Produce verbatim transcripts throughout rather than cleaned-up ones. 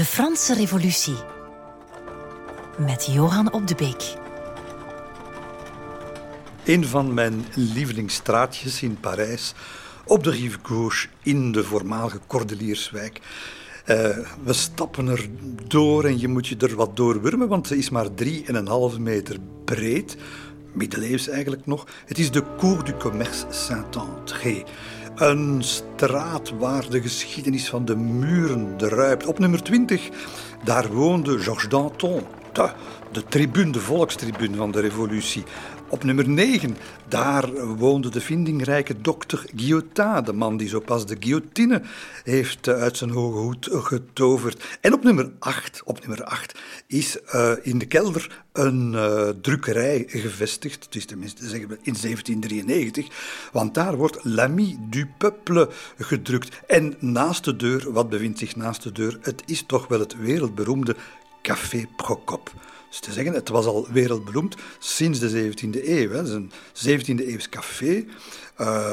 Franse Revolutie met Johan Op de Beek. Een van mijn lievelingsstraatjes in Parijs, op de Rive Gauche in de voormalige Cordelierswijk. Uh, we stappen er door en je moet je er wat doorwurmen, want ze is maar drie en een halve meter breed. Middeleeuws eigenlijk nog. Het is de Cour du Commerce Saint-André. Een straat waar de geschiedenis van de muren druipt. Op nummer twintig, daar woonde Georges Danton, de, de tribune, de volkstribune van de revolutie. Op nummer negen, daar woonde de vindingrijke dokter Guillotin, de man die zo pas de guillotine heeft uit zijn hoge hoed getoverd. En op nummer acht, op nummer acht is uh, in de kelder een uh, drukkerij gevestigd. Het is tenminste zeggen we in zeventien drieënnegentig, want daar wordt L'Ami du Peuple gedrukt. En naast de deur, wat bevindt zich naast de deur? Het is toch wel het wereldberoemde Café Procope. Dus te zeggen, het was al wereldberoemd sinds de zeventiende eeuw. Hè. Het is een zeventiende-eeuws café. Uh,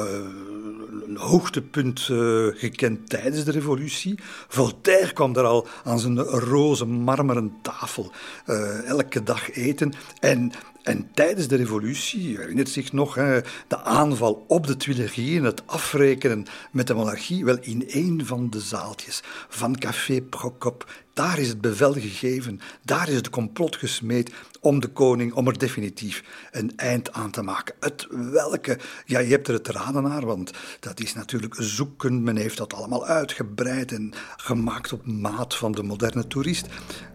een hoogtepunt uh, gekend tijdens de revolutie. Voltaire kwam daar al aan zijn roze marmeren tafel uh, elke dag eten. En, en tijdens de revolutie, je herinnert zich nog, hè, de aanval op de Tuileries en het afrekenen met de monarchie, wel in een van de zaaltjes van Café Procope. Daar is het bevel gegeven, daar is het complot gesmeed om de koning, om er definitief een eind aan te maken. Het welke, ja, je hebt er het raden naar, want dat is natuurlijk zoeken. Men heeft dat allemaal uitgebreid en gemaakt op maat van de moderne toerist.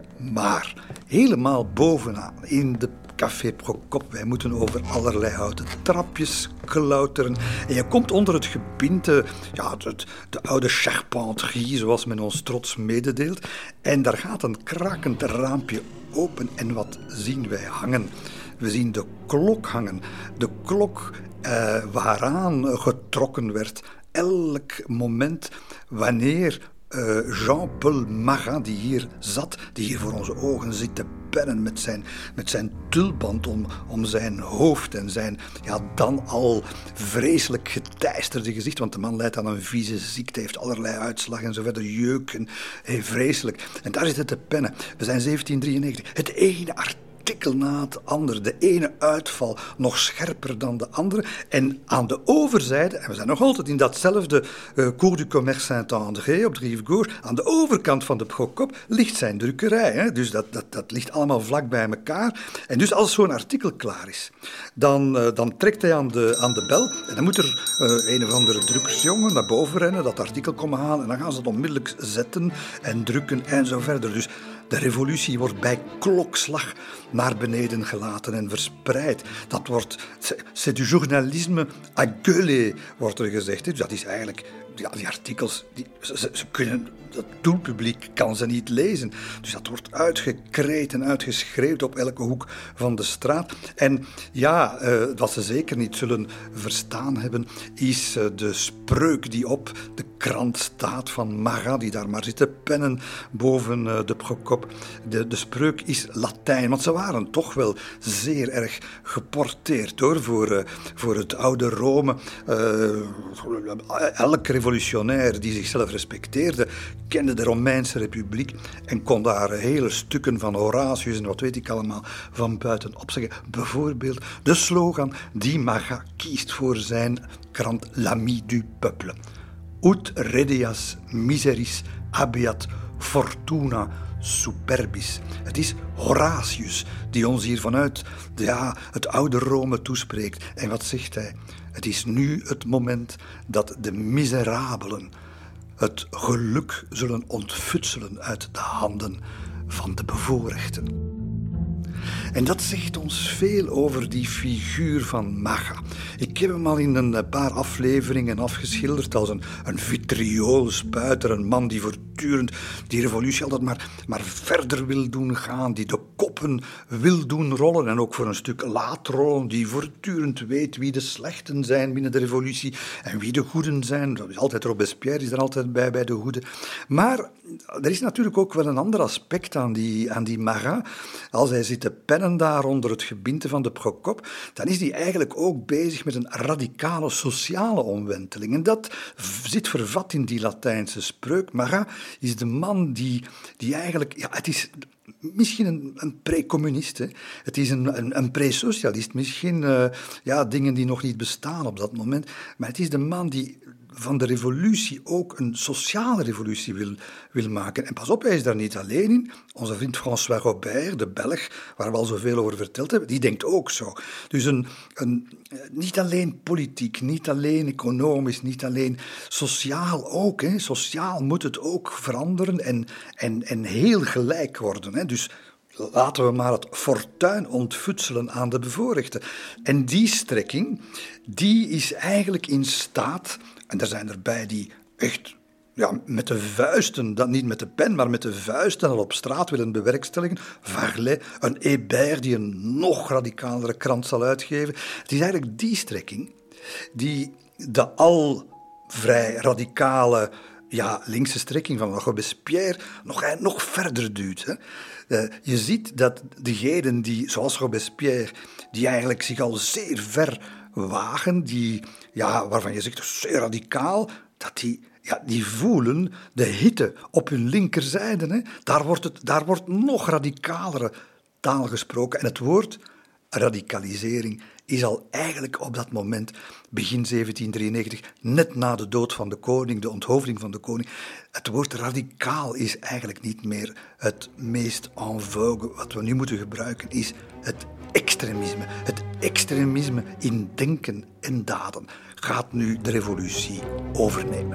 Maar helemaal bovenaan, in de Café Procope, wij moeten over allerlei houten trapjes klauteren. En je komt onder het gebinte, ja, het, de oude charpenterie, zoals men ons trots mededeelt. En daar gaat een krakend raampje open en wat zien wij hangen? We zien de klok hangen. De klok uh, waaraan getrokken werd elk moment wanneer Uh, Jean-Paul Marat, die hier zat, die hier voor onze ogen zit te pennen met zijn, met zijn tulband om, om zijn hoofd en zijn ja, dan al vreselijk geteisterde gezicht, want de man lijdt aan een vieze ziekte, heeft allerlei uitslag en zo verder, jeuken, hey, vreselijk. En daar zit het te pennen. We zijn zeventien drieënnegentig. Het ene artikel artikel na het andere. De ene uitval nog scherper dan de andere. En aan de overzijde, en we zijn nog altijd in datzelfde uh, Cour du Commerce Saint-André op de Rive Gauche, aan de overkant van de Procope ligt zijn drukkerij. Hè? Dus dat, dat, dat ligt allemaal vlak bij elkaar. En dus als zo'n artikel klaar is, dan, uh, dan trekt hij aan de, aan de bel en dan moet er uh, een of andere drukkersjongen naar boven rennen, dat artikel komen halen en dan gaan ze het onmiddellijk zetten en drukken en zo verder. Dus de revolutie wordt bij klokslag naar beneden gelaten en verspreid. Dat wordt, c'est du journalisme à gueuler, wordt er gezegd. Dus dat is eigenlijk, ja, die artikels, die, ze, ze kunnen, het doelpubliek kan ze niet lezen. Dus dat wordt uitgekreet en uitgeschreeuwd op elke hoek van de straat. En ja, uh, wat ze zeker niet zullen verstaan hebben, is uh, de spreuk die op de krant staat van Marat, die daar maar zit te pennen boven uh, de Procope. De, de spreuk is Latijn, want ze waren toch wel zeer erg geporteerd hoor, voor, uh, voor het oude Rome. Uh, elk revolutionair die zichzelf respecteerde, kende de Romeinse Republiek en kon daar hele stukken van Horatius en wat weet ik allemaal van buitenop zeggen. Bijvoorbeeld de slogan die Marat kiest voor zijn krant L'Ami du Peuple. Ut redias miseris habeat fortuna superbis. Het is Horatius die ons hier vanuit ja, het oude Rome toespreekt. En wat zegt hij? Het is nu het moment dat de miserabelen het geluk zullen ontfutselen uit de handen van de bevoorrechten. En dat zegt ons veel over die figuur van Marat. Ik heb hem al in een paar afleveringen afgeschilderd als een, een vitrioolspuiter, een man die voortdurend die revolutie altijd maar, maar verder wil doen gaan, die de koppen wil doen rollen en ook voor een stuk laat rollen, die voortdurend weet wie de slechten zijn binnen de revolutie en wie de goeden zijn. Dat is altijd Robespierre, is er altijd bij, bij de goede. Maar er is natuurlijk ook wel een ander aspect aan die, aan die Marat. Als hij zit te pennen daar onder het gebinte van de Procope, dan is hij eigenlijk ook bezig met met een radicale sociale omwenteling. En dat zit vervat in die Latijnse spreuk. Marat is de man die, die eigenlijk... Ja, het is misschien een, een pre-communist, hè. Het is een, een, een pre-socialist. Misschien uh, ja, dingen die nog niet bestaan op dat moment. Maar het is de man die van de revolutie ook een sociale revolutie wil, wil maken. En pas op, hij is daar niet alleen in. Onze vriend François Robert, de Belg, waar we al zoveel over verteld hebben, die denkt ook zo. Dus een, een, niet alleen politiek, niet alleen economisch, niet alleen sociaal ook. Hè. Sociaal moet het ook veranderen en, en, en heel gelijk worden. Hè. Dus laten we maar het fortuin ontfutselen aan de bevoorrechten. En die strekking, die is eigenlijk in staat... En er zijn erbij die echt ja, met de vuisten, dat niet met de pen, maar met de vuisten al op straat willen bewerkstelligen. Varlet, een Hébert die een nog radicalere krant zal uitgeven. Het is eigenlijk die strekking die de al vrij radicale ja, linkse strekking van Robespierre nog, nog verder duwt. Hè. Uh, je ziet dat degenen die, zoals Robespierre, die eigenlijk zich al zeer ver wagen, die, ja, waarvan je zegt, zeer radicaal, dat die, ja, die voelen de hitte op hun linkerzijde. Hè. Daar, wordt het, daar wordt nog radicalere taal gesproken. En het woord radicalisering is al eigenlijk op dat moment, begin zeventien drieënnegentig, net na de dood van de koning, de onthoofding van de koning. Het woord radicaal is eigenlijk niet meer het meest en vogue. Wat we nu moeten gebruiken is het extremisme. Het extremisme in denken en daden gaat nu de revolutie overnemen.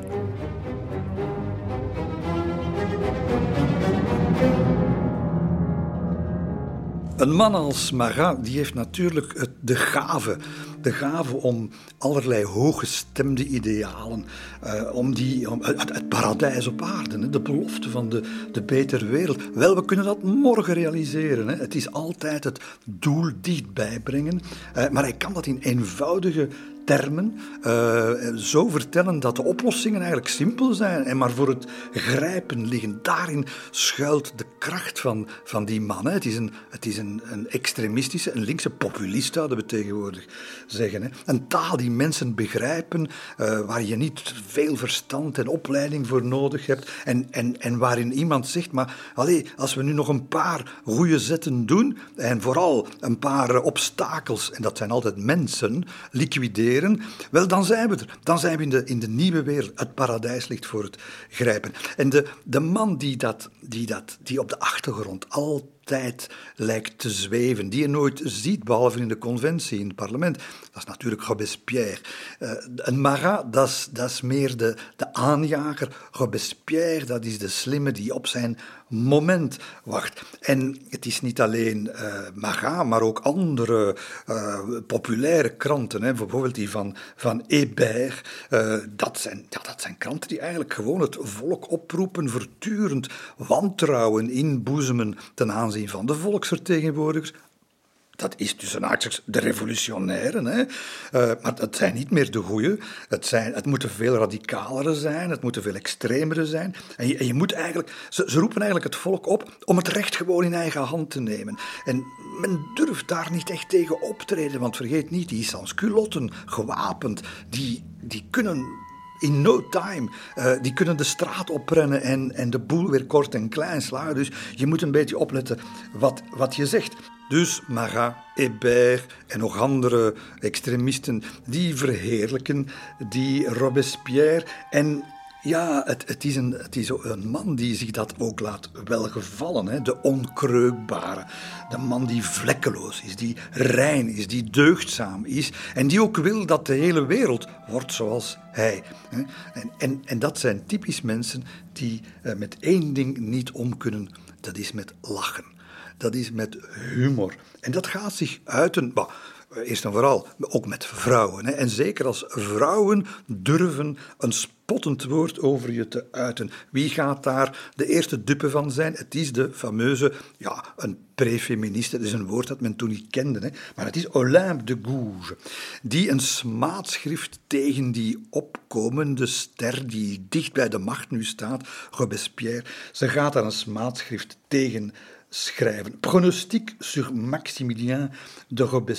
Een man als Marat, die heeft natuurlijk het, de gave, de gave om allerlei hooggestemde idealen, uh, om die, om, het, het paradijs op aarde, hè, de belofte van de, de betere wereld. Wel, we kunnen dat morgen realiseren. Hè. Het is altijd het doel dichtbij brengen, uh, maar hij kan dat in eenvoudige termen uh, zo vertellen dat de oplossingen eigenlijk simpel zijn en maar voor het grijpen liggen. Daarin schuilt de kracht van, van die man. Hè. Het is, een, het is een, een extremistische, een linkse populist, zouden we tegenwoordig zeggen. Hè. Een taal die mensen begrijpen, uh, waar je niet veel verstand en opleiding voor nodig hebt en, en, en waarin iemand zegt, maar allee, als we nu nog een paar goede zetten doen en vooral een paar obstakels, en dat zijn altijd mensen, liquideren, wel, dan zijn we er. Dan zijn we in de, in de nieuwe wereld. Het paradijs ligt voor het grijpen. En de, de man die, dat, die, dat, die op de achtergrond altijd lijkt te zweven, die je nooit ziet, behalve in de conventie, in het parlement, dat is natuurlijk Robespierre. Uh, een Marat, dat is, dat is meer de, de aanjager. Robespierre, dat is de slimme die op zijn moment wacht. En het is niet alleen uh, Marat, maar ook andere uh, populaire kranten, hè, bijvoorbeeld die van, van Hébert. Uh, dat, zijn, ja, dat zijn kranten die eigenlijk gewoon het volk oproepen, voortdurend wantrouwen inboezemen ten aanzien van de volksvertegenwoordigers. Dat is tussen haakjes de revolutionairen. Hè. Uh, maar het zijn niet meer de goeie. Het, zijn, het moeten veel radicalere zijn, het moeten veel extremere zijn. En je, en je moet eigenlijk, ze, ze roepen eigenlijk het volk op om het recht gewoon in eigen hand te nemen. En men durft daar niet echt tegen optreden, want vergeet niet, die sans-culotten, gewapend, die, die kunnen in no time, uh, die kunnen de straat oprennen en, en de boel weer kort en klein slagen. Dus je moet een beetje opletten wat, wat je zegt. Dus Marat, Hébert en nog andere extremisten, die verheerlijken die Robespierre. En ja, het, het, is een, het is een man die zich dat ook laat welgevallen. Hè? De onkreukbare. De man die vlekkeloos is, die rein is, die deugdzaam is. En die ook wil dat de hele wereld wordt zoals hij. Hè? En, en, en dat zijn typisch mensen die uh, met één ding niet om kunnen. Dat is met lachen. Dat is met humor. En dat gaat zich uiten, bah, eerst en vooral, ook met vrouwen. Hè. En zeker als vrouwen durven een spottend woord over je te uiten. Wie gaat daar de eerste dupe van zijn? Het is de fameuze, ja, een prefeministe. Dat is een woord dat men toen niet kende. Hè. Maar het is Olympe de Gouges, die een smaadschrift tegen die opkomende ster die dicht bij de macht nu staat, Robespierre. Ze gaat daar een smaadschrift tegen schrijven. Pronostic sur Maximilien de Robespierre.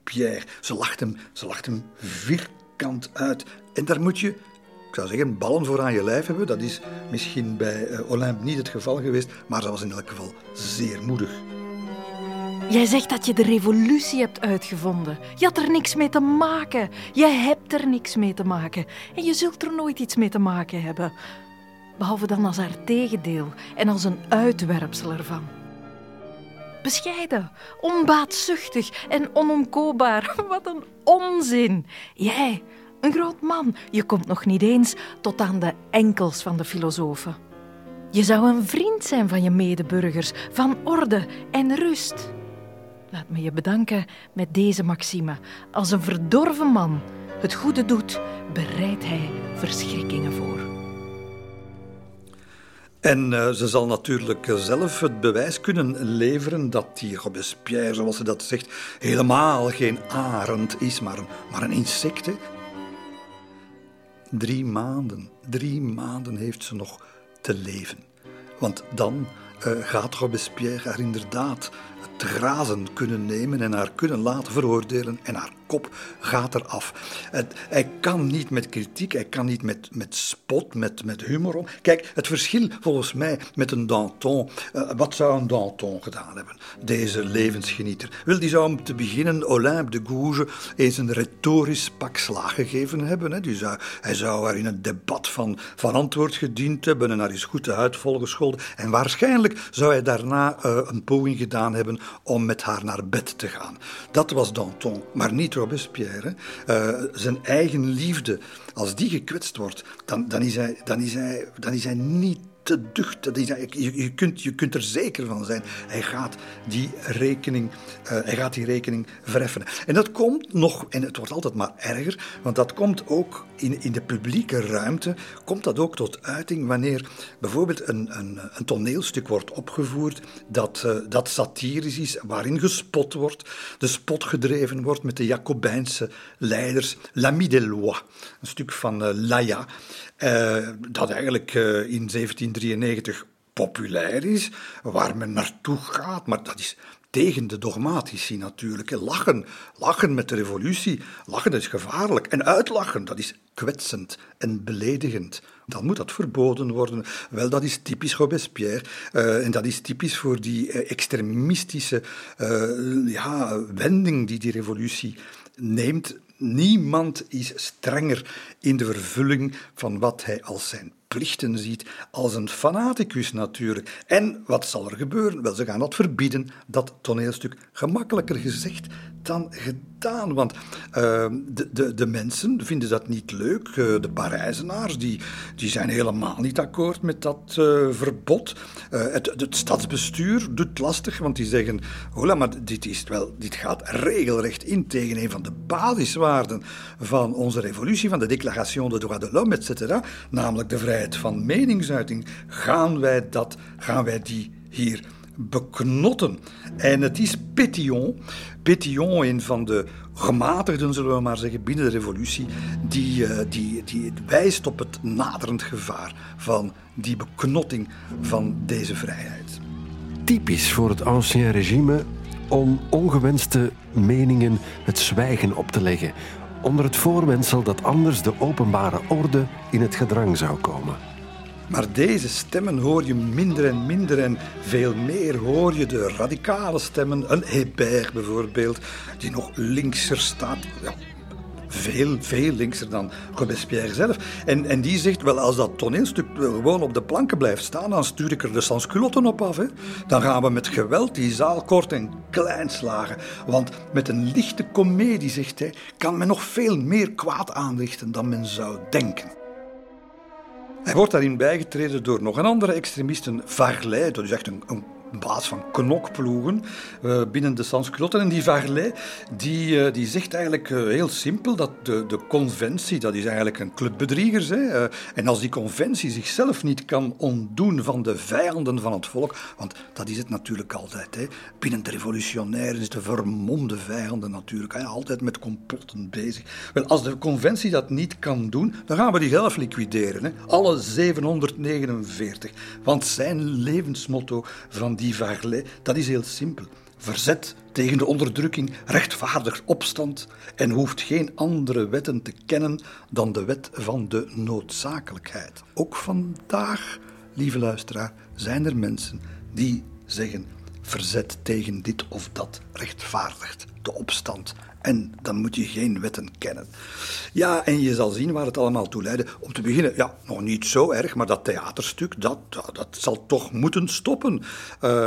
Robespierre. Ze lacht hem, ze lacht hem vierkant uit. En daar moet je, ik zou zeggen, ballen voor aan je lijf hebben. Dat is misschien bij uh, Olympe niet het geval geweest, maar ze was in elk geval zeer moedig. Jij zegt dat je de revolutie hebt uitgevonden. Je had er niks mee te maken. Je hebt er niks mee te maken. En je zult er nooit iets mee te maken hebben. Behalve dan als haar tegendeel en als een uitwerpsel ervan. Bescheiden, onbaatzuchtig en onomkoopbaar. Wat een onzin. Jij, een groot man, je komt nog niet eens tot aan de enkels van de filosofen. Je zou een vriend zijn van je medeburgers, van orde en rust. Laat me je bedanken met deze maxime. Als een verdorven man het goede doet, bereidt hij verschrikkingen voor. En uh, ze zal natuurlijk zelf het bewijs kunnen leveren dat die Robespierre, zoals ze dat zegt, helemaal geen arend is, maar een, maar een insect. Hè? Drie maanden, drie maanden heeft ze nog te leven. Want dan uh, gaat Robespierre haar inderdaad het grazen kunnen nemen en haar kunnen laten veroordelen en haar kop gaat eraf. Het, hij kan niet met kritiek, hij kan niet met, met spot, met, met humor om. Kijk, het verschil volgens mij met een Danton, uh, wat zou een Danton gedaan hebben? Deze levensgenieter. Wel, die zou om te beginnen Olympe de Gouges eens een retorisch pak slaag gegeven hebben. Hè. Die zou, hij zou haar in een debat van, van antwoord gediend hebben en haar eens goed de huid volgescholden. En waarschijnlijk zou hij daarna uh, een poging gedaan hebben om met haar naar bed te gaan. Dat was Danton, maar niet Robespierre. Uh, zijn eigen liefde, als die gekwetst wordt, dan, dan, is, hij, dan, is, hij, dan is hij niet te ducht. Dat is, je, je, kunt, je kunt er zeker van zijn. Hij gaat die rekening, uh, hij gaat die rekening vereffenen. En dat komt nog, en het wordt altijd maar erger, want dat komt ook in, in de publieke ruimte, komt dat ook tot uiting wanneer bijvoorbeeld een, een, een toneelstuk wordt opgevoerd dat, uh, dat satirisch is, waarin gespot wordt, de spot gedreven wordt met de Jacobijnse leiders, L'Ami des Lois, een stuk van uh, Laya, uh, dat eigenlijk uh, in zeventien drieënnegentig populair is, waar men naartoe gaat, maar dat is tegen de dogmatici natuurlijk. Lachen, lachen met de revolutie, lachen dat is gevaarlijk. En uitlachen, dat is kwetsend en beledigend. Dan moet dat verboden worden. Wel, dat is typisch Robespierre. Uh, en dat is typisch voor die uh, extremistische uh, ja, wending die die revolutie neemt. Niemand is strenger in de vervulling van wat hij als zijn plichten ziet, als een fanaticus natuurlijk. En wat zal er gebeuren? Wel, ze gaan dat verbieden, dat toneelstuk. Gemakkelijker gezegd dan gedaan, want uh, de, de, de mensen vinden dat niet leuk. Uh, de Parijzenaars, die, die zijn helemaal niet akkoord met dat uh, verbod. Uh, het, het stadsbestuur doet lastig, want die zeggen, hola, maar dit, is wel, dit gaat regelrecht in tegen een van de basiswaarden van onze revolutie, van de Déclaration des droits de l'homme, et cetera, namelijk de vrijheid van meningsuiting. Gaan wij dat, gaan wij die hier beknotten? En het is Pétion, Pétion, een van de gematigden, zullen we maar zeggen, binnen de revolutie, die, uh, die, die wijst op het naderend gevaar van die beknotting van deze vrijheid. Typisch voor het ancien regime om ongewenste meningen het zwijgen op te leggen, onder het voorwendsel dat anders de openbare orde in het gedrang zou komen. Maar deze stemmen hoor je minder en minder en veel meer hoor je de radicale stemmen. Een Hébert bijvoorbeeld, die nog linkser staat. Ja, veel, veel linkser dan Robespierre zelf. En, en die zegt, wel, als dat toneelstuk gewoon op de planken blijft staan, dan stuur ik er de sansculotten op af. Hè. Dan gaan we met geweld die zaal kort en klein slagen. Want met een lichte komedie, zegt hij, kan men nog veel meer kwaad aanrichten dan men zou denken. Hij wordt daarin bijgetreden door nog een andere extremiste, Varlet, dat is echt een, een baas van knokploegen uh, binnen de sansculotten. En die Varlet, die, uh, die zegt eigenlijk uh, heel simpel dat de, de conventie, dat is eigenlijk een club bedriegers. Hè, uh, en als die conventie zichzelf niet kan ontdoen van de vijanden van het volk, want dat is het natuurlijk altijd. Hè, binnen de revolutionairen is de vermomde vijanden natuurlijk, hè, altijd met complotten bezig. Wel, als de conventie dat niet kan doen, dan gaan we die zelf liquideren. Hè, alle zevenhonderdnegenenveertig. Want zijn levensmotto van die Die Varlet, dat is heel simpel. verzet tegen de onderdrukking rechtvaardigt opstand en hoeft geen andere wetten te kennen dan de wet van de noodzakelijkheid. Ook vandaag, lieve luisteraar, zijn er mensen die zeggen: verzet tegen dit of dat rechtvaardigt de opstand. En dan moet je geen wetten kennen. Ja, en je zal zien waar het allemaal toe leidde. Om te beginnen, ja, nog niet zo erg, maar dat theaterstuk, dat, dat zal toch moeten stoppen. Uh,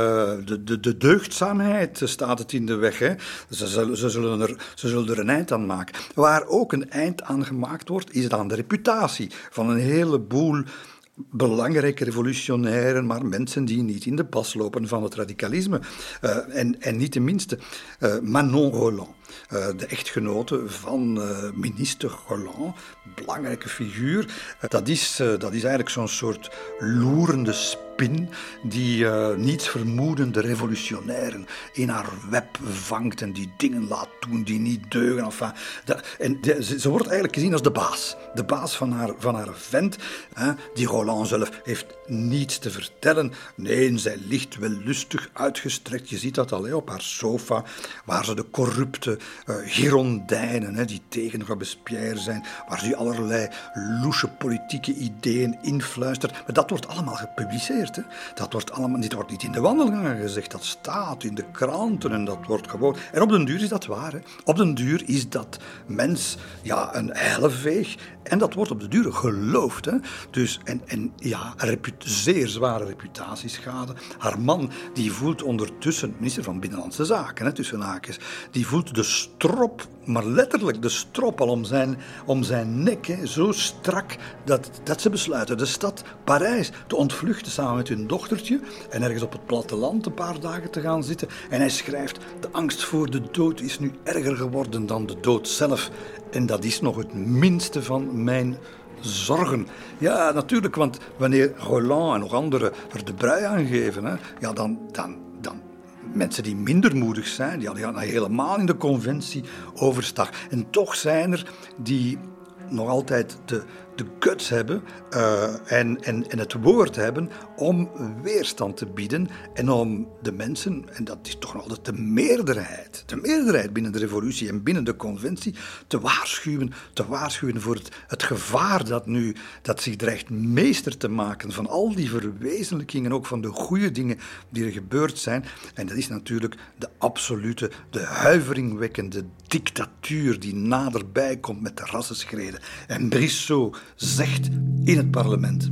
de, de, de deugdzaamheid staat het in de weg. Hè. Ze, zullen, ze, zullen er, ze zullen er een eind aan maken. Waar ook een eind aan gemaakt wordt, is het aan de reputatie van een heleboel belangrijke revolutionairen, maar mensen die niet in de pas lopen van het radicalisme. Uh, en, en niet de minste, uh, Manon Roland. Uh, de echtgenote van uh, minister Roland, belangrijke figuur. Uh, dat, is, uh, dat is eigenlijk zo'n soort loerende spin die uh, niets vermoedende revolutionairen in haar web vangt en die dingen laat doen die niet deugen. Enfin, dat, en de, ze, ze wordt eigenlijk gezien als de baas. De baas van haar, van haar vent. Hè. Die Roland zelf heeft niets te vertellen. Nee, zij ligt wel lustig uitgestrekt. Je ziet dat al hè, op haar sofa, waar ze de corrupte Uh, girondijnen hè, die tegen Robespierre zijn, waar ze allerlei loesje politieke ideeën influistert. Maar dat wordt allemaal gepubliceerd. Hè. Dat wordt allemaal, dit wordt niet in de wandelgangen gezegd, dat staat in de kranten en dat wordt gewoon... En op den duur is dat waar. Hè. Op den duur is dat mens ja, een helleveeg en dat wordt op de duur geloofd. Hè. Dus, en, en ja, repu- zeer zware reputatieschade. Haar man, die voelt ondertussen, minister van Binnenlandse Zaken, hè, tussen haakjes, die voelt de strop, maar letterlijk de strop al om zijn, om zijn nek, hè, zo strak dat, dat ze besluiten de stad Parijs te ontvluchten samen met hun dochtertje en ergens op het platteland een paar dagen te gaan zitten. En hij schrijft: de angst voor de dood is nu erger geworden dan de dood zelf. En dat is nog het minste van mijn zorgen. Ja, natuurlijk, want wanneer Roland en nog anderen er de brui aan geven, hè, ja, dan... dan, dan mensen die minder moedig zijn, die gaan helemaal in de conventie overstag. En toch zijn er die nog altijd de, de guts hebben uh, en, en, en het woord hebben om weerstand te bieden en om de mensen, en dat is toch nog altijd de meerderheid, de meerderheid binnen de revolutie en binnen de conventie, te waarschuwen, te waarschuwen voor het, het gevaar dat nu, dat zich dreigt meester te maken van al die verwezenlijkingen, ook van de goede dingen die er gebeurd zijn. En dat is natuurlijk de absolute, de huiveringwekkende dictatuur die naderbij komt met de rassenschreden. En Brissot zegt in het parlement: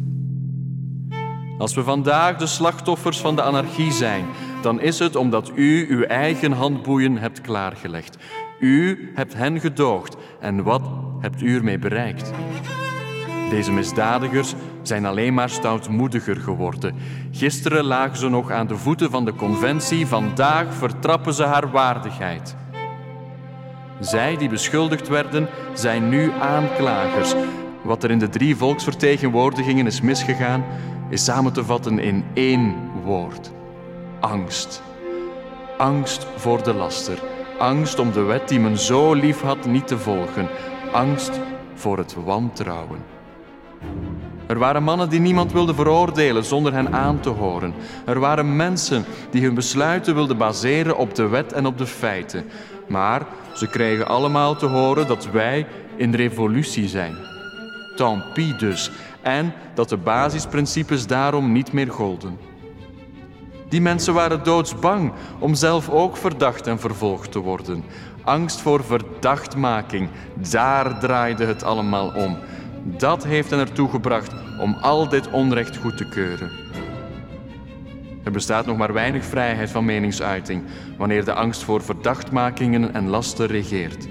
als we vandaag de slachtoffers van de anarchie zijn, dan is het omdat u uw eigen handboeien hebt klaargelegd. U hebt hen gedoogd en wat hebt u ermee bereikt? Deze misdadigers zijn alleen maar stoutmoediger geworden. Gisteren lagen ze nog aan de voeten van de conventie, vandaag vertrappen ze haar waardigheid. Zij die beschuldigd werden, zijn nu aanklagers. Wat er in de drie volksvertegenwoordigingen is misgegaan, is samen te vatten in één woord: angst. Angst voor de laster. Angst om de wet die men zo lief had niet te volgen. Angst voor het wantrouwen. Er waren mannen die niemand wilden veroordelen zonder hen aan te horen. Er waren mensen die hun besluiten wilden baseren op de wet en op de feiten. Maar ze kregen allemaal te horen dat wij in revolutie zijn. Tant pis dus. En dat de basisprincipes daarom niet meer golden. Die mensen waren doodsbang om zelf ook verdacht en vervolgd te worden. Angst voor verdachtmaking, daar draaide het allemaal om. Dat heeft hen ertoe gebracht om al dit onrecht goed te keuren. Er bestaat nog maar weinig vrijheid van meningsuiting wanneer de angst voor verdachtmakingen en lasten regeert.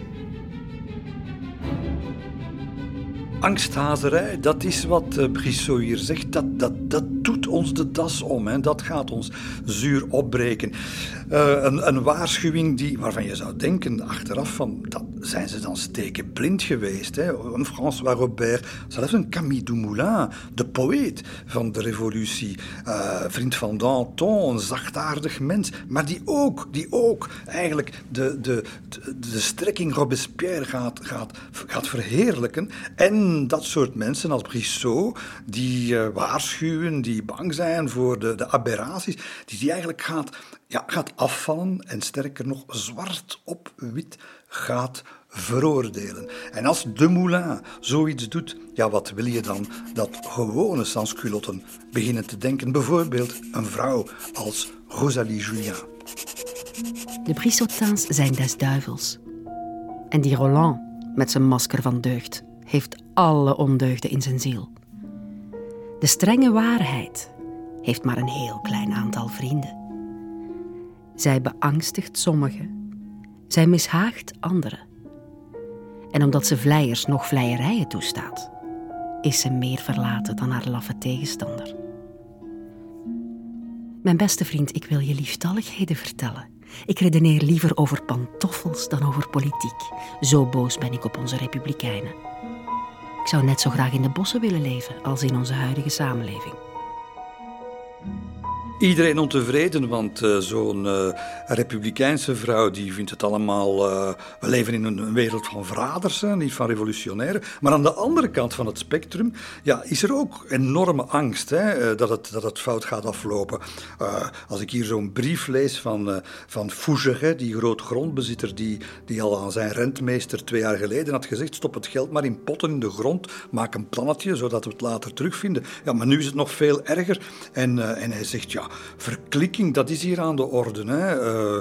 Angsthazerij, dat is wat uh, Brissot hier zegt. Dat, dat, dat doet ons de das om. Hè. Dat gaat ons zuur opbreken. Uh, een, een waarschuwing die, waarvan je zou denken achteraf van, dat zijn ze dan stekenblind geweest. Hè. Een François Robert, zelfs een Camille Dumoulin, de poëet van de revolutie. Uh, vriend van Danton, een zachtaardig mens. Maar die ook, die ook eigenlijk de, de, de, de strekking Robespierre gaat, gaat, gaat verheerlijken. En dat soort mensen als Brissot, die uh, waarschuwen weduwen die bang zijn voor de, de aberraties, die, die eigenlijk gaat, ja, gaat afvallen en sterker nog zwart op wit gaat veroordelen. En als Dumoulin zoiets doet, ja, wat wil je dan? Dat gewone sansculotten beginnen te denken. Bijvoorbeeld een vrouw als Rosalie Julien. De Brissotins zijn des duivels. En die Roland, met zijn masker van deugd, heeft alle ondeugden in zijn ziel. De strenge waarheid heeft maar een heel klein aantal vrienden. Zij beangstigt sommigen, zij mishaagt anderen. En omdat ze vleiers nog vleierijen toestaat, is ze meer verlaten dan haar laffe tegenstander. Mijn beste vriend, ik wil je lieftalligheden vertellen. Ik redeneer liever over pantoffels dan over politiek. Zo boos ben ik op onze republikeinen. Ik zou net zo graag in de bossen willen leven als in onze huidige samenleving. Iedereen ontevreden, want uh, zo'n uh, republikeinse vrouw die vindt het allemaal... Uh, we leven in een wereld van verraders, hè, niet van revolutionairen. Maar aan de andere kant van het spectrum ja, is er ook enorme angst hè, uh, dat, het, dat het fout gaat aflopen. Uh, als ik hier zo'n brief lees van, uh, van Fougeray, die groot grondbezitter, die, die al aan zijn rentmeester twee jaar geleden had gezegd: stop het geld maar in potten in de grond, maak een plannetje, zodat we het later terugvinden. Ja, maar nu is het nog veel erger. En, uh, en hij zegt, ja, verklikking, dat is hier aan de orde. Hè. Uh,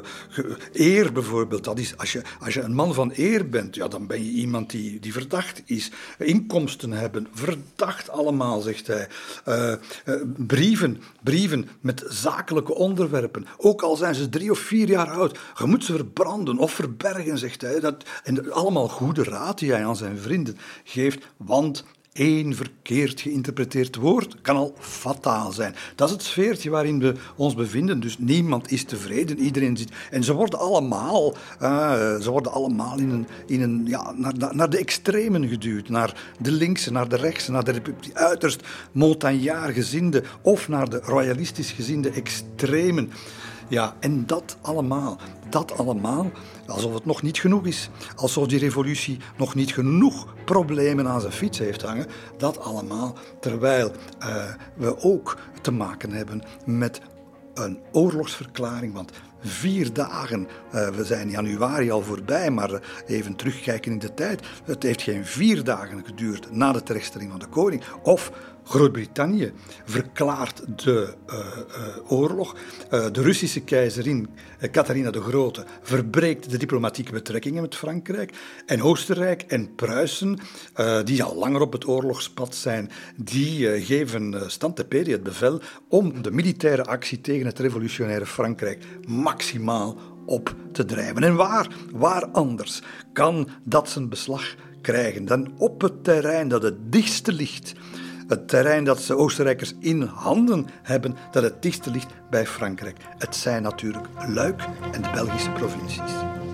eer bijvoorbeeld, dat is, als, je, als je een man van eer bent, ja, dan ben je iemand die, die verdacht is. Inkomsten hebben, verdacht allemaal, zegt hij. Uh, uh, brieven, brieven met zakelijke onderwerpen, ook al zijn ze drie of vier jaar oud. Je moet ze verbranden of verbergen, zegt hij. Dat, en allemaal goede raad die hij aan zijn vrienden geeft, want één verkeerd geïnterpreteerd woord kan al fataal zijn. Dat is het sfeertje waarin we ons bevinden. Dus niemand is tevreden, iedereen zit... En ze worden allemaal, uh, ze worden allemaal in een, in een, ja, naar, naar de extremen geduwd. Naar de linkse, naar de rechtse, naar de uiterst montagnard gezinde of naar de royalistisch gezinde extremen. Ja, en dat allemaal, dat allemaal, alsof het nog niet genoeg is. Alsof die revolutie nog niet genoeg problemen aan zijn fiets heeft hangen. Dat allemaal, terwijl uh, we ook te maken hebben met een oorlogsverklaring. Want vier dagen, uh, we zijn januari al voorbij, maar uh, even terugkijken in de tijd. Het heeft geen vier dagen geduurd na de terechtstelling van de koning. Of Groot-Brittannië verklaart de uh, uh, oorlog. Uh, de Russische keizerin uh, Catharina de Grote verbreekt de diplomatieke betrekkingen met Frankrijk. En Oostenrijk en Pruisen, uh, die al langer op het oorlogspad zijn, die uh, geven uh, Stantepede het bevel om de militaire actie tegen het revolutionaire Frankrijk maximaal op te drijven. En waar, waar anders kan dat zijn beslag krijgen dan op het terrein dat het dichtste ligt. Het terrein dat de Oostenrijkers in handen hebben, dat het dichtste ligt bij Frankrijk. Het zijn natuurlijk Luik en de Belgische provincies.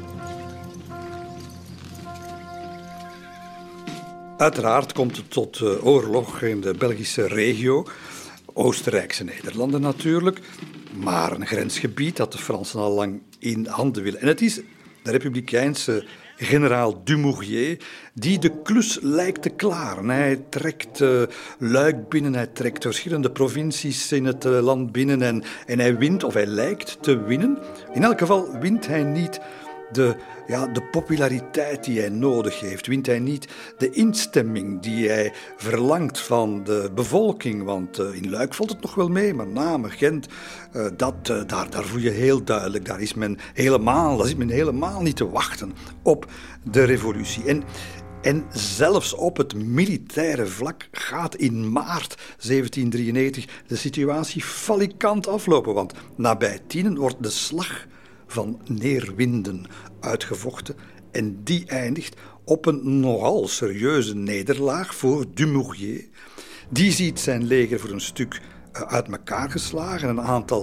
Uiteraard komt het tot uh, oorlog in de Belgische regio. Oostenrijkse Nederlanden natuurlijk, maar een grensgebied dat de Fransen al lang in handen willen. En het is de republikeinse generaal Dumouriez die de klus lijkt te klaren. Hij trekt uh, Luik binnen, hij trekt verschillende provincies in het uh, land binnen en, en hij wint, of hij lijkt te winnen. In elk geval wint hij niet de, ja, de populariteit die hij nodig heeft. Wint hij niet de instemming die hij verlangt van de bevolking. Want uh, in Luik valt het nog wel mee, maar Namen, Gent, uh, dat, uh, daar, daar voel je heel duidelijk. Daar is men helemaal, daar zit men helemaal niet te wachten op de revolutie. En En zelfs op het militaire vlak gaat in maart zeventien drieënnegentig de situatie falikant aflopen. Want nabij Tienen wordt de slag van Neerwinden uitgevochten. En die eindigt op een nogal serieuze nederlaag voor Dumouriez. Die ziet zijn leger voor een stuk uit elkaar geslagen. Een aantal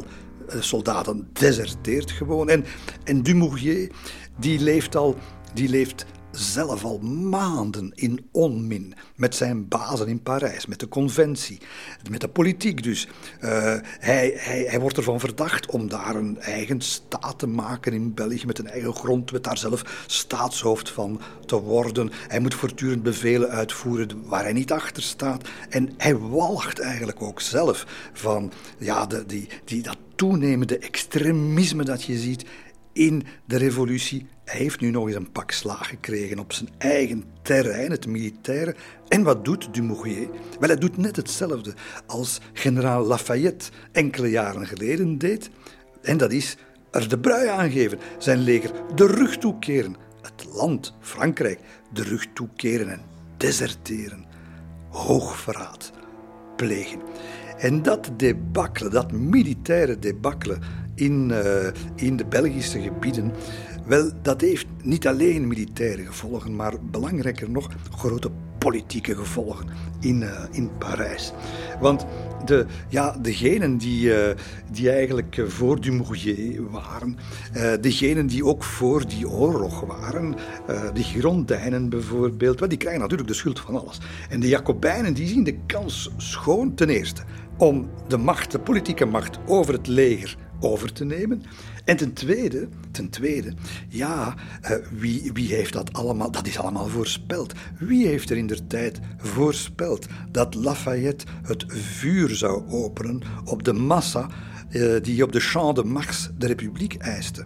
soldaten deserteert gewoon. En, en Dumouriez die leeft al... Die leeft zelf al maanden in onmin met zijn bazen in Parijs, met de conventie, met de politiek dus. Uh, hij, hij, hij wordt ervan verdacht om daar een eigen staat te maken in België, met een eigen grondwet, daar zelf staatshoofd van te worden. Hij moet voortdurend bevelen uitvoeren waar hij niet achter staat. En hij walgt eigenlijk ook zelf van ja, de, die, die, dat toenemende extremisme dat je ziet in de revolutie. Hij heeft nu nog eens een pak slaag gekregen op zijn eigen terrein, het militaire. En wat doet Dumouriez? Wel, hij doet net hetzelfde als generaal Lafayette enkele jaren geleden deed. En dat is er de brui aangeven, zijn leger de rug toekeren. Het land, Frankrijk, de rug toekeren en deserteren. Hoogverraad plegen. En dat debakkelen, dat militaire debakkelen in, uh, in de Belgische gebieden, wel, dat heeft niet alleen militaire gevolgen, maar belangrijker nog grote politieke gevolgen in, uh, in Parijs. Want de, ja, degenen die, uh, die eigenlijk voor Dumouriez waren, uh, degenen die ook voor die oorlog waren, uh, de Girondijnen bijvoorbeeld, wel, die krijgen natuurlijk de schuld van alles. En de Jacobijnen die zien de kans schoon ten eerste om de macht, de politieke macht over het leger over te nemen. En ten tweede, ten tweede ja, uh, wie, wie heeft dat allemaal, dat is allemaal voorspeld. Wie heeft er indertijd voorspeld dat Lafayette het vuur zou openen op de massa uh, die op de Champ de Mars de Republiek eiste?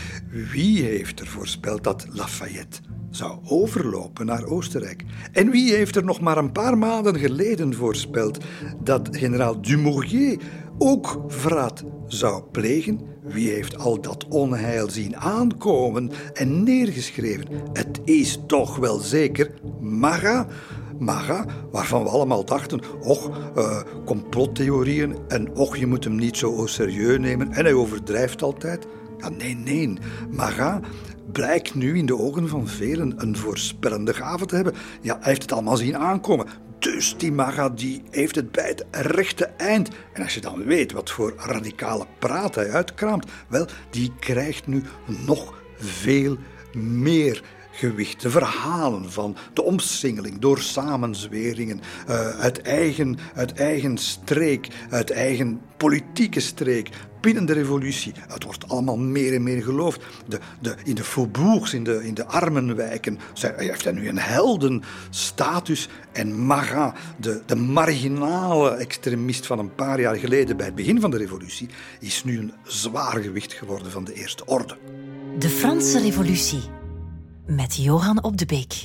Wie heeft er voorspeld dat Lafayette zou overlopen naar Oostenrijk? En wie heeft er nog maar een paar maanden geleden voorspeld dat generaal Dumouriez ook verraad zou plegen? Wie heeft al dat onheil zien aankomen en neergeschreven? Het is toch wel zeker Marat. Marat, waarvan we allemaal dachten, och, uh, complottheorieën en och, je moet hem niet zo au serieus nemen en hij overdrijft altijd. Ja, nee, nee. Marat blijkt nu in de ogen van velen een voorspellende gave te hebben. Ja, hij heeft het allemaal zien aankomen. Dus die Marat die heeft het bij het rechte eind. En als je dan weet wat voor radicale praat hij uitkraamt, wel, die krijgt nu nog veel meer gewicht. De verhalen van de omsingeling door samenzweringen uh, uit, eigen, uit eigen streek, uit eigen politieke streek, binnen de revolutie. Het wordt allemaal meer en meer geloofd. De, de, in de faubourgs, in de, in de armenwijken, zij, heeft hij nu een heldenstatus. En Marat, de, de marginale extremist van een paar jaar geleden bij het begin van de revolutie, is nu een zwaar gewicht geworden van de Eerste Orde. De Franse Revolutie. Met Johan Op de Beek.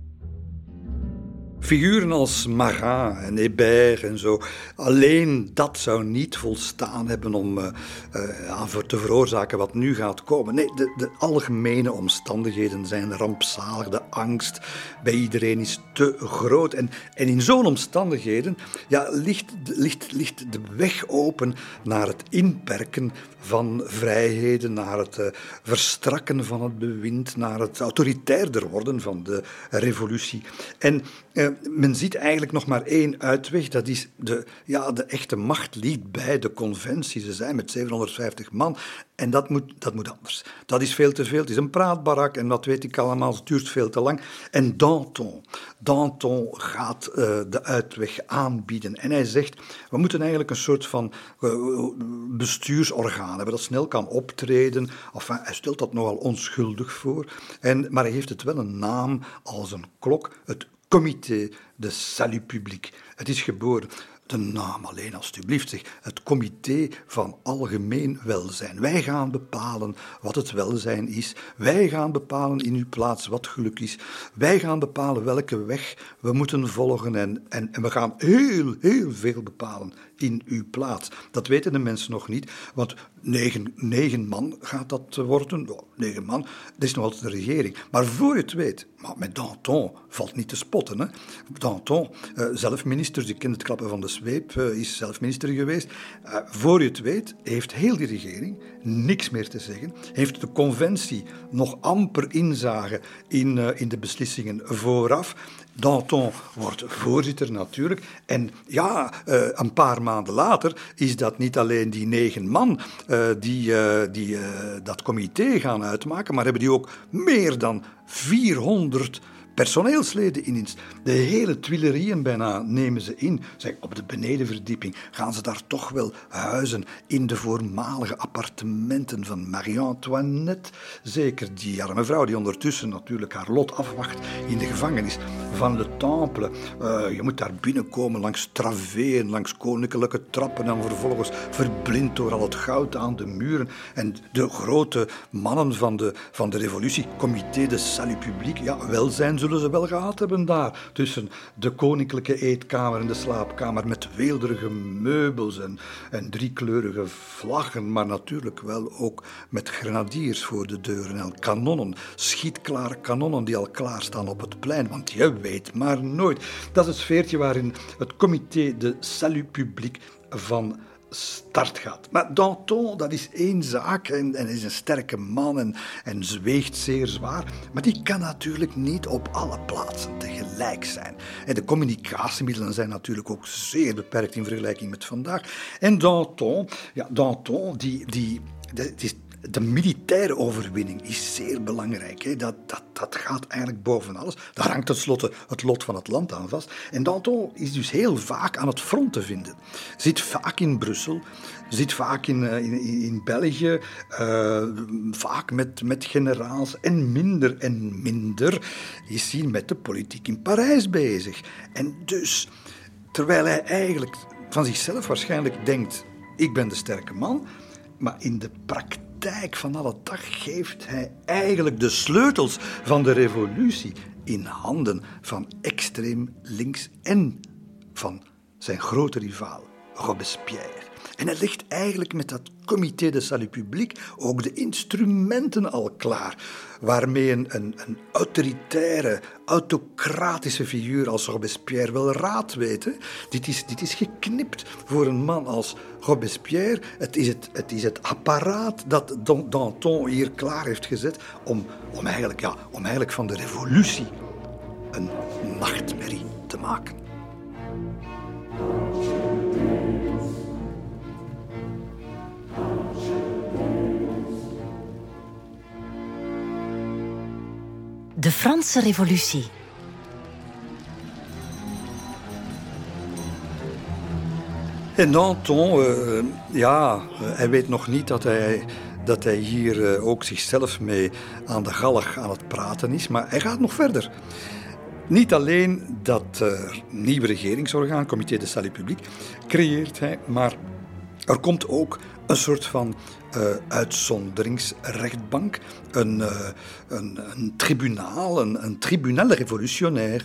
Figuren als Marat en Hébert en zo, alleen dat zou niet volstaan hebben om uh, uh, te veroorzaken wat nu gaat komen. Nee, de, de algemene omstandigheden zijn rampzalig. De angst bij iedereen is te groot. En, en in zo'n omstandigheden ja, ligt, ligt, ligt de weg open naar het inperken van vrijheden, naar het uh, verstrakken van het bewind, naar het autoritairder worden van de revolutie. En uh, men ziet eigenlijk nog maar één uitweg, dat is de, ja, de echte macht ligt bij de conventie. Ze zijn met zevenhonderdvijftig man en dat moet, dat moet anders. Dat is veel te veel, het is een praatbarak en wat weet ik allemaal, het duurt veel te lang. En Danton, Danton gaat uh, de uitweg aanbieden en hij zegt, we moeten eigenlijk een soort van uh, bestuursorgaan hebben dat snel kan optreden. Enfin, hij stelt dat nogal onschuldig voor, en, maar hij heeft het wel een naam als een klok, het Comité de Salut Public. Het is geboren. De naam alleen, alstublieft, zeg. Het Comité van Algemeen Welzijn. Wij gaan bepalen wat het welzijn is. Wij gaan bepalen in uw plaats wat geluk is. Wij gaan bepalen welke weg we moeten volgen. En, en, en we gaan heel, heel veel bepalen in uw plaats. Dat weten de mensen nog niet, want negen, negen man gaat dat worden. Oh, negen man, dat is nog altijd de regering. Maar voor je het weet, maar met Danton valt niet te spotten. Hè? Danton, uh, zelf minister, je kent het klappen van de zweep, uh, is zelf minister geweest. Uh, voor je het weet, heeft heel die regering niks meer te zeggen. Heeft de conventie nog amper inzage in, uh, in de beslissingen vooraf. Danton wordt voorzitter natuurlijk. En ja, uh, een paar maanden later is dat niet alleen die negen man uh, die, uh, die uh, dat comité gaan uitmaken, maar hebben die ook meer dan vierhonderd personeelsleden in dienst. De hele Tuilerieën bijna nemen ze in. Zeg, op de benedenverdieping gaan ze daar toch wel huizen in de voormalige appartementen van Marie-Antoinette. Zeker die arme vrouw die ondertussen natuurlijk haar lot afwacht in de gevangenis van Le Temple. Uh, je moet daar binnenkomen langs traveen, langs koninklijke trappen en vervolgens verblind door al het goud aan de muren. En de grote mannen van de, van de revolutie, Comité de Salut Public, ja, welzijn zullen ze wel gehad hebben daar, tussen de koninklijke eetkamer en de slaapkamer met weelderige meubels en, en driekleurige vlaggen, maar natuurlijk wel ook met grenadiers voor de deuren en kanonnen, schietklare kanonnen die al klaarstaan op het plein, want je weet maar nooit. Dat is het sfeertje waarin het Comité de Salut Public van start gaat. Maar Danton, dat is één zaak en, en is een sterke man en, en zweegt zeer zwaar, maar die kan natuurlijk niet op alle plaatsen tegelijk zijn. En de communicatiemiddelen zijn natuurlijk ook zeer beperkt in vergelijking met vandaag. En Danton, ja, Danton, die, die, dat is de militaire overwinning is zeer belangrijk. Hè. Dat, dat, dat gaat eigenlijk boven alles. Daar hangt tenslotte het lot van het land aan vast. En Danton is dus heel vaak aan het front te vinden. Zit vaak in Brussel, zit vaak in, in, in België, uh, vaak met, met generaals en minder en minder is hij met de politiek in Parijs bezig. En dus, terwijl hij eigenlijk van zichzelf waarschijnlijk denkt, ik ben de sterke man, maar in de praktijk van alle dag geeft hij eigenlijk de sleutels van de revolutie in handen van extreem links en van zijn grote rivaal Robespierre. En hij legt eigenlijk met dat Comité de Salut Public ook de instrumenten al klaar, waarmee een, een, een autoritaire, autocratische figuur als Robespierre wel raad weet. Hè? Dit is, dit is geknipt voor een man als Robespierre. Het is het, het, is het apparaat dat Danton hier klaar heeft gezet om, om, eigenlijk, ja, om eigenlijk van de revolutie een nachtmerrie te maken. De Franse Revolutie. En Danton, uh, ja, uh, hij weet nog niet dat hij, dat hij hier uh, ook zichzelf mee aan de galg aan het praten is, maar hij gaat nog verder. Niet alleen dat uh, nieuwe regeringsorgaan, Comité de Salut Public, creëert hij, maar er komt ook een soort van uh, uitzonderingsrechtbank, een, uh, een, een tribunaal, een, een tribunal revolutionair.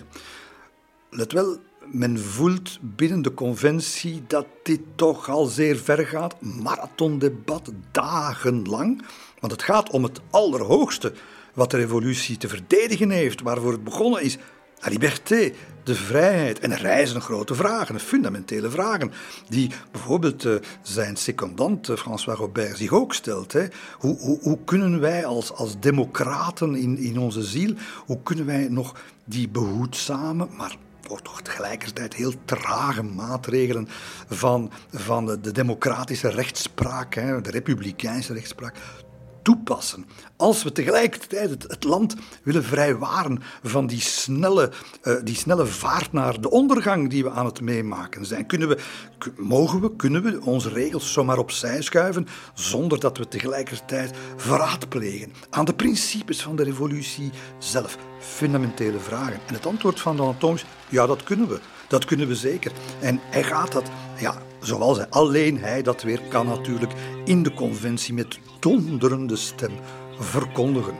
Let wel, men voelt binnen de conventie dat dit toch al zeer ver gaat. Marathondebat, dagenlang. Want het gaat om het allerhoogste wat de revolutie te verdedigen heeft, waarvoor het begonnen is. La liberté, de vrijheid. En er rijzen grote vragen, fundamentele vragen, die bijvoorbeeld uh, zijn secondant uh, François Robert zich ook stelt. Hè. Hoe, hoe, hoe kunnen wij als, als democraten in, in onze ziel, hoe kunnen wij nog die behoedzame, maar toch tegelijkertijd heel trage maatregelen van, van de, de democratische rechtspraak, hè, de republikeinse rechtspraak, toepassen. Als we tegelijkertijd het, het land willen vrijwaren van die snelle, uh, die snelle vaart naar de ondergang die we aan het meemaken zijn, kunnen we, mogen we, kunnen we onze regels zomaar opzij schuiven zonder dat we tegelijkertijd verraad plegen aan de principes van de revolutie zelf. Fundamentele vragen. En het antwoord van Danton is, ja, dat kunnen we. Dat kunnen we zeker. En hij gaat dat, ja, zoals hij, alleen hij dat weer kan natuurlijk, in de conventie met donderende stem verkondigen.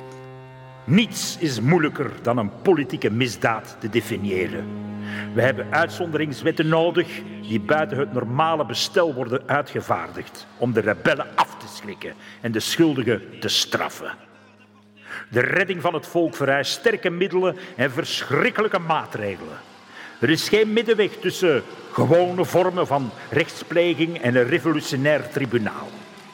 Niets is moeilijker dan een politieke misdaad te definiëren. We hebben uitzonderingswetten nodig die buiten het normale bestel worden uitgevaardigd om de rebellen af te schrikken en de schuldigen te straffen. De redding van het volk vereist sterke middelen en verschrikkelijke maatregelen. Er is geen middenweg tussen gewone vormen van rechtspleging en een revolutionair tribunaal.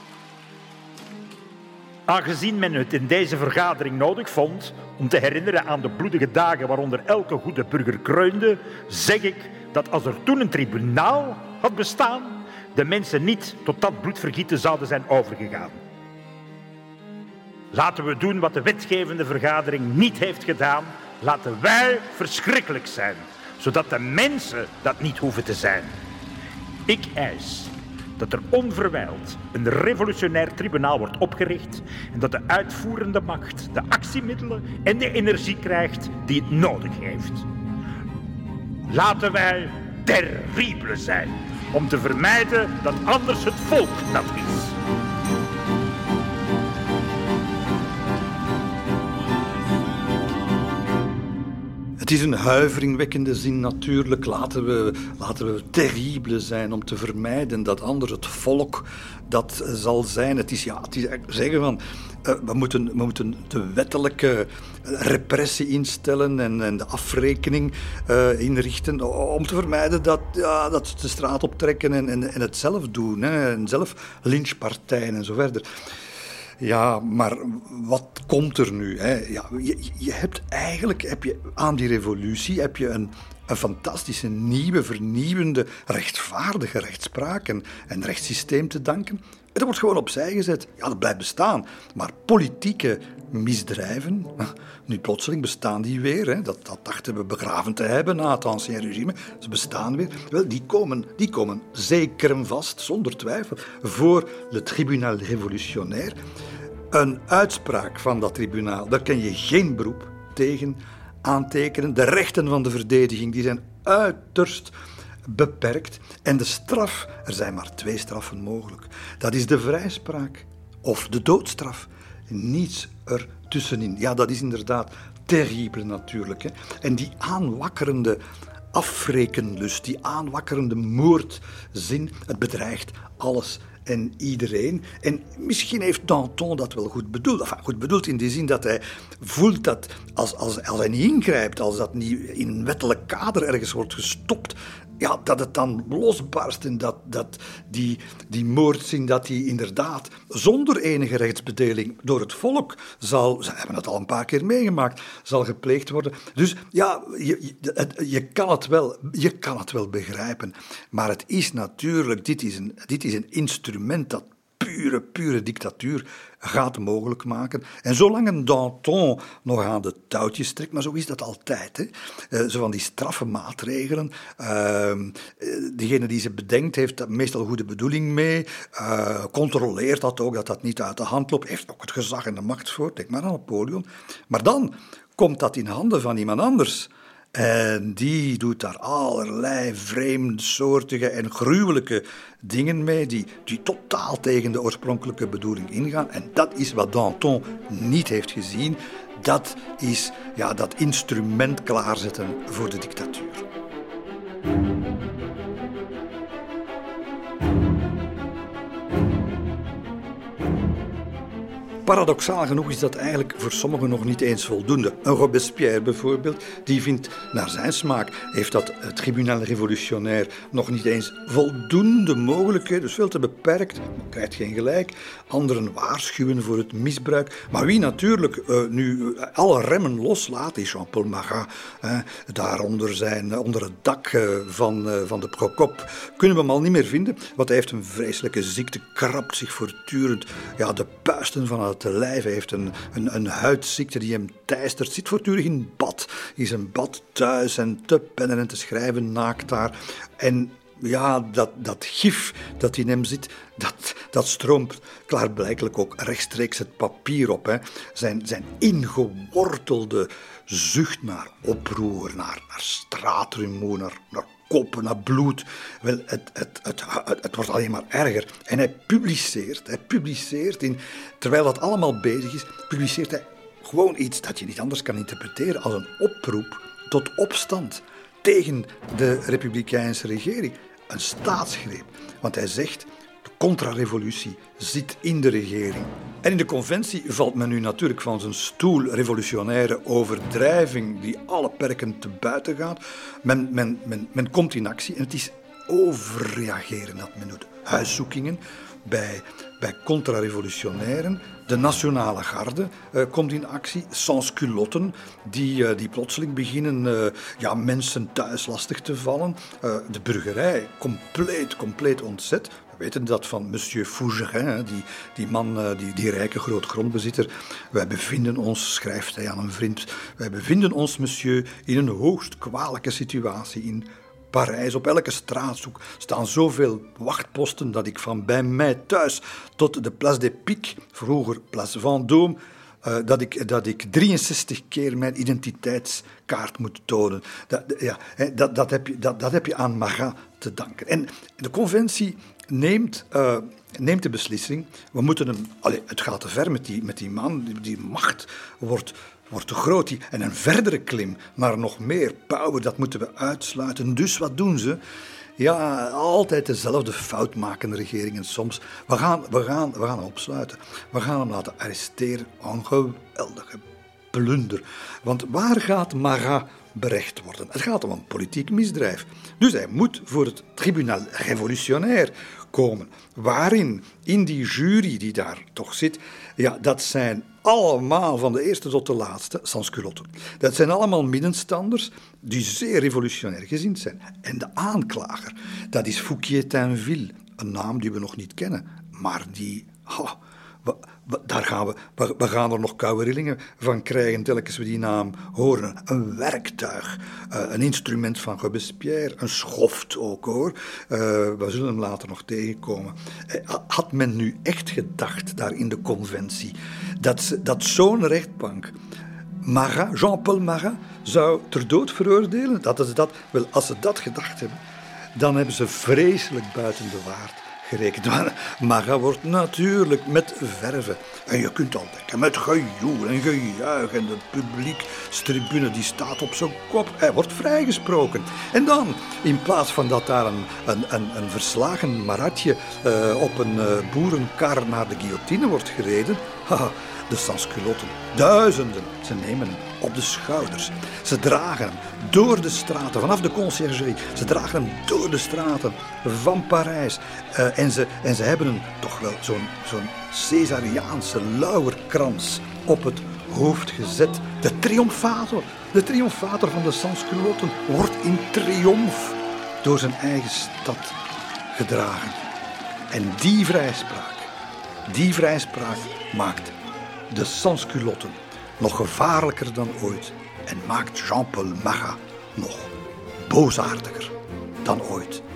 Aangezien men het in deze vergadering nodig vond om te herinneren aan de bloedige dagen waaronder elke goede burger kreunde, zeg ik dat als er toen een tribunaal had bestaan, de mensen niet tot dat bloedvergieten zouden zijn overgegaan. Laten we doen wat de wetgevende vergadering niet heeft gedaan. Laten wij verschrikkelijk zijn, zodat de mensen dat niet hoeven te zijn. Ik eis dat er onverwijld een revolutionair tribunaal wordt opgericht en dat de uitvoerende macht de actiemiddelen en de energie krijgt die het nodig heeft. Laten wij terrible zijn om te vermijden dat anders het volk dat is. Het is een huiveringwekkende zin natuurlijk. Laten we, laten we terrible zijn om te vermijden dat anders het volk dat zal zijn. Het is, ja, het is zeggen van, uh, we, moeten, we moeten de wettelijke repressie instellen en, en de afrekening uh, inrichten om te vermijden dat, ja, dat ze de straat optrekken en, en, en het zelf doen. Hè, en zelf lynchpartijen en zo verder. Ja, maar wat komt er nu? Hè? Ja, je, je hebt eigenlijk heb je aan die revolutie heb je een, een fantastische, nieuwe, vernieuwende, rechtvaardige rechtspraak en, en rechtssysteem te danken. Het wordt gewoon opzij gezet. Ja, dat blijft bestaan. Maar politieke misdrijven, nu plotseling bestaan die weer. Hè. Dat, dat dachten we begraven te hebben na het ancien regime. Ze bestaan weer. Wel, die komen, die komen zeker en vast, zonder twijfel, voor het Tribunal Révolutionnaire. Een uitspraak van dat tribunaal, daar kan je geen beroep tegen aantekenen. De rechten van de verdediging die zijn uiterst beperkt. En de straf, er zijn maar twee straffen mogelijk. Dat is de vrijspraak of de doodstraf. Niets ertussenin. Ja, dat is inderdaad terrible natuurlijk. Hè. En die aanwakkerende afrekenlust, die aanwakkerende moordzin, het bedreigt alles en iedereen. En misschien heeft Danton dat wel goed bedoeld. Enfin, goed bedoeld in die zin dat hij voelt dat als, als, als hij niet ingrijpt, als dat niet in een wettelijk kader ergens wordt gestopt, ja, dat het dan losbarst en dat, dat die, die moordzin, dat die inderdaad zonder enige rechtsbedeling door het volk zal, ze hebben het al een paar keer meegemaakt, zal gepleegd worden. Dus ja, je, je, je, kan het wel, je kan het wel begrijpen. Maar het is natuurlijk, dit is een, dit is een instrument dat pure, pure dictatuur gaat mogelijk maken. En zolang een Danton nog aan de touwtjes trekt, maar zo is dat altijd, hè. Uh, zo van die straffe maatregelen. Uh, degene die ze bedenkt, heeft daar meestal goede bedoeling mee. Uh, controleert dat ook, dat dat niet uit de hand loopt. Heeft ook het gezag en de macht voor. Denk maar aan Napoleon. Maar dan komt dat in handen van iemand anders. En die doet daar allerlei vreemdsoortige en gruwelijke dingen mee die, die totaal tegen de oorspronkelijke bedoeling ingaan. En dat is wat Danton niet heeft gezien. Dat is ja, dat instrument klaarzetten voor de dictatuur. Paradoxaal genoeg is dat eigenlijk voor sommigen nog niet eens voldoende. Een Robespierre bijvoorbeeld, die vindt naar zijn smaak, heeft dat het Tribunal Révolutionnaire nog niet eens voldoende mogelijkheden, dus veel te beperkt, maar krijgt geen gelijk. Anderen waarschuwen voor het misbruik. Maar wie natuurlijk uh, nu alle remmen loslaat, is Jean-Paul Marat, uh, daar onder, zijn, onder het dak uh, van, uh, van de Procope, kunnen we hem al niet meer vinden, want hij heeft een vreselijke ziekte, krabt zich voortdurend ja, de puisten van het lijf. Hij heeft een, een, een huidziekte die hem teistert, zit voortdurend in bad, is een bad thuis en te pennen en te schrijven naakt daar. En ja, dat, dat gif dat in hem zit, dat, dat stroomt klaarblijkelijk ook rechtstreeks het papier op. Hè. Zijn, zijn ingewortelde zucht naar oproer, naar, naar straatrumoer, naar, naar koppen, naar bloed. Wel, het, het, het, het, het wordt alleen maar erger. En hij publiceert, hij publiceert, in, terwijl dat allemaal bezig is, publiceert hij gewoon iets dat je niet anders kan interpreteren als een oproep tot opstand tegen de republikeinse regering. Een staatsgreep. Want hij zegt, de contra-revolutie zit in de regering. En in de conventie valt men nu natuurlijk van zijn stoel, revolutionaire overdrijving die alle perken te buiten gaat. Men, men, men, men komt in actie en het is overreageren dat men doet. Huiszoekingen bij, bij contra-revolutionairen. De nationale garde uh, komt in actie. Sans-culotten die, uh, die plotseling beginnen uh, ja, mensen thuis lastig te vallen. Uh, de burgerij compleet, compleet ontzet. weten dat van monsieur Fougerin, die, die man, die, die rijke grootgrondbezitter. Wij bevinden ons, schrijft hij aan een vriend, wij bevinden ons, monsieur, in een hoogst kwalijke situatie in Parijs. Op elke straathoek staan zoveel wachtposten dat ik van bij mij thuis tot de Place des Pics, vroeger Place Vendôme, Uh, dat, ik, dat ik drieënzestig keer mijn identiteitskaart moet tonen. Dat, ja, dat, dat, heb je, dat, dat heb je aan Marat te danken. En de conventie neemt, uh, neemt de beslissing. We moeten hem... Allez, het gaat te ver met die, met die man. Die, die macht wordt, wordt te groot. Die, en een verdere klim naar nog meer power, dat moeten we uitsluiten. Dus wat doen ze? Ja, altijd dezelfde foutmakende regeringen soms. We gaan, we, gaan, we gaan hem opsluiten. We gaan hem laten arresteren. Een geweldige plunder. Want waar gaat Marat berecht worden? Het gaat om een politiek misdrijf. Dus hij moet voor het tribunaal révolutionnaire komen. Waarin, in die jury die daar toch zit, ja, dat zijn allemaal van de eerste tot de laatste sansculotten. Dat zijn allemaal middenstanders die zeer revolutionair gezind zijn. En de aanklager, dat is Fouquier-Tinville, een naam die we nog niet kennen, maar die... Oh, we, we, daar gaan we, we, we gaan er nog koude rillingen van krijgen telkens we die naam horen. Een werktuig, uh, een instrument van Robespierre, een schoft ook hoor. Uh, we zullen hem later nog tegenkomen. Uh, had men nu echt gedacht, daar in de conventie, dat, dat zo'n rechtbank Marat, Jean-Paul Marat, zou ter dood veroordelen? Dat is dat. Wel, als ze dat gedacht hebben, dan hebben ze vreselijk buiten de waard gerekend. Maar Marat wordt natuurlijk met verve. En je kunt al denken, met gejoel en gejuich en de publiekstribune die staat op zijn kop. Hij wordt vrijgesproken. En dan, in plaats van dat daar een, een, een, een verslagen Maratje uh, op een uh, boerenkar naar de guillotine wordt gereden, haha, de sansculotten, duizenden, ze nemen hem op de schouders. Ze dragen hem door de straten, vanaf de conciergerie. Ze dragen hem door de straten van Parijs. Uh, en, ze, en ze hebben een, toch wel zo'n, zo'n Caesariaanse lauwerkrans op het hoofd gezet. De triomfator, de triomfator van de sansculotten wordt in triomf door zijn eigen stad gedragen. En die vrijspraak, die vrijspraak maakt de sansculotten nog gevaarlijker dan ooit en maakt Jean-Paul Marat nog boosaardiger dan ooit.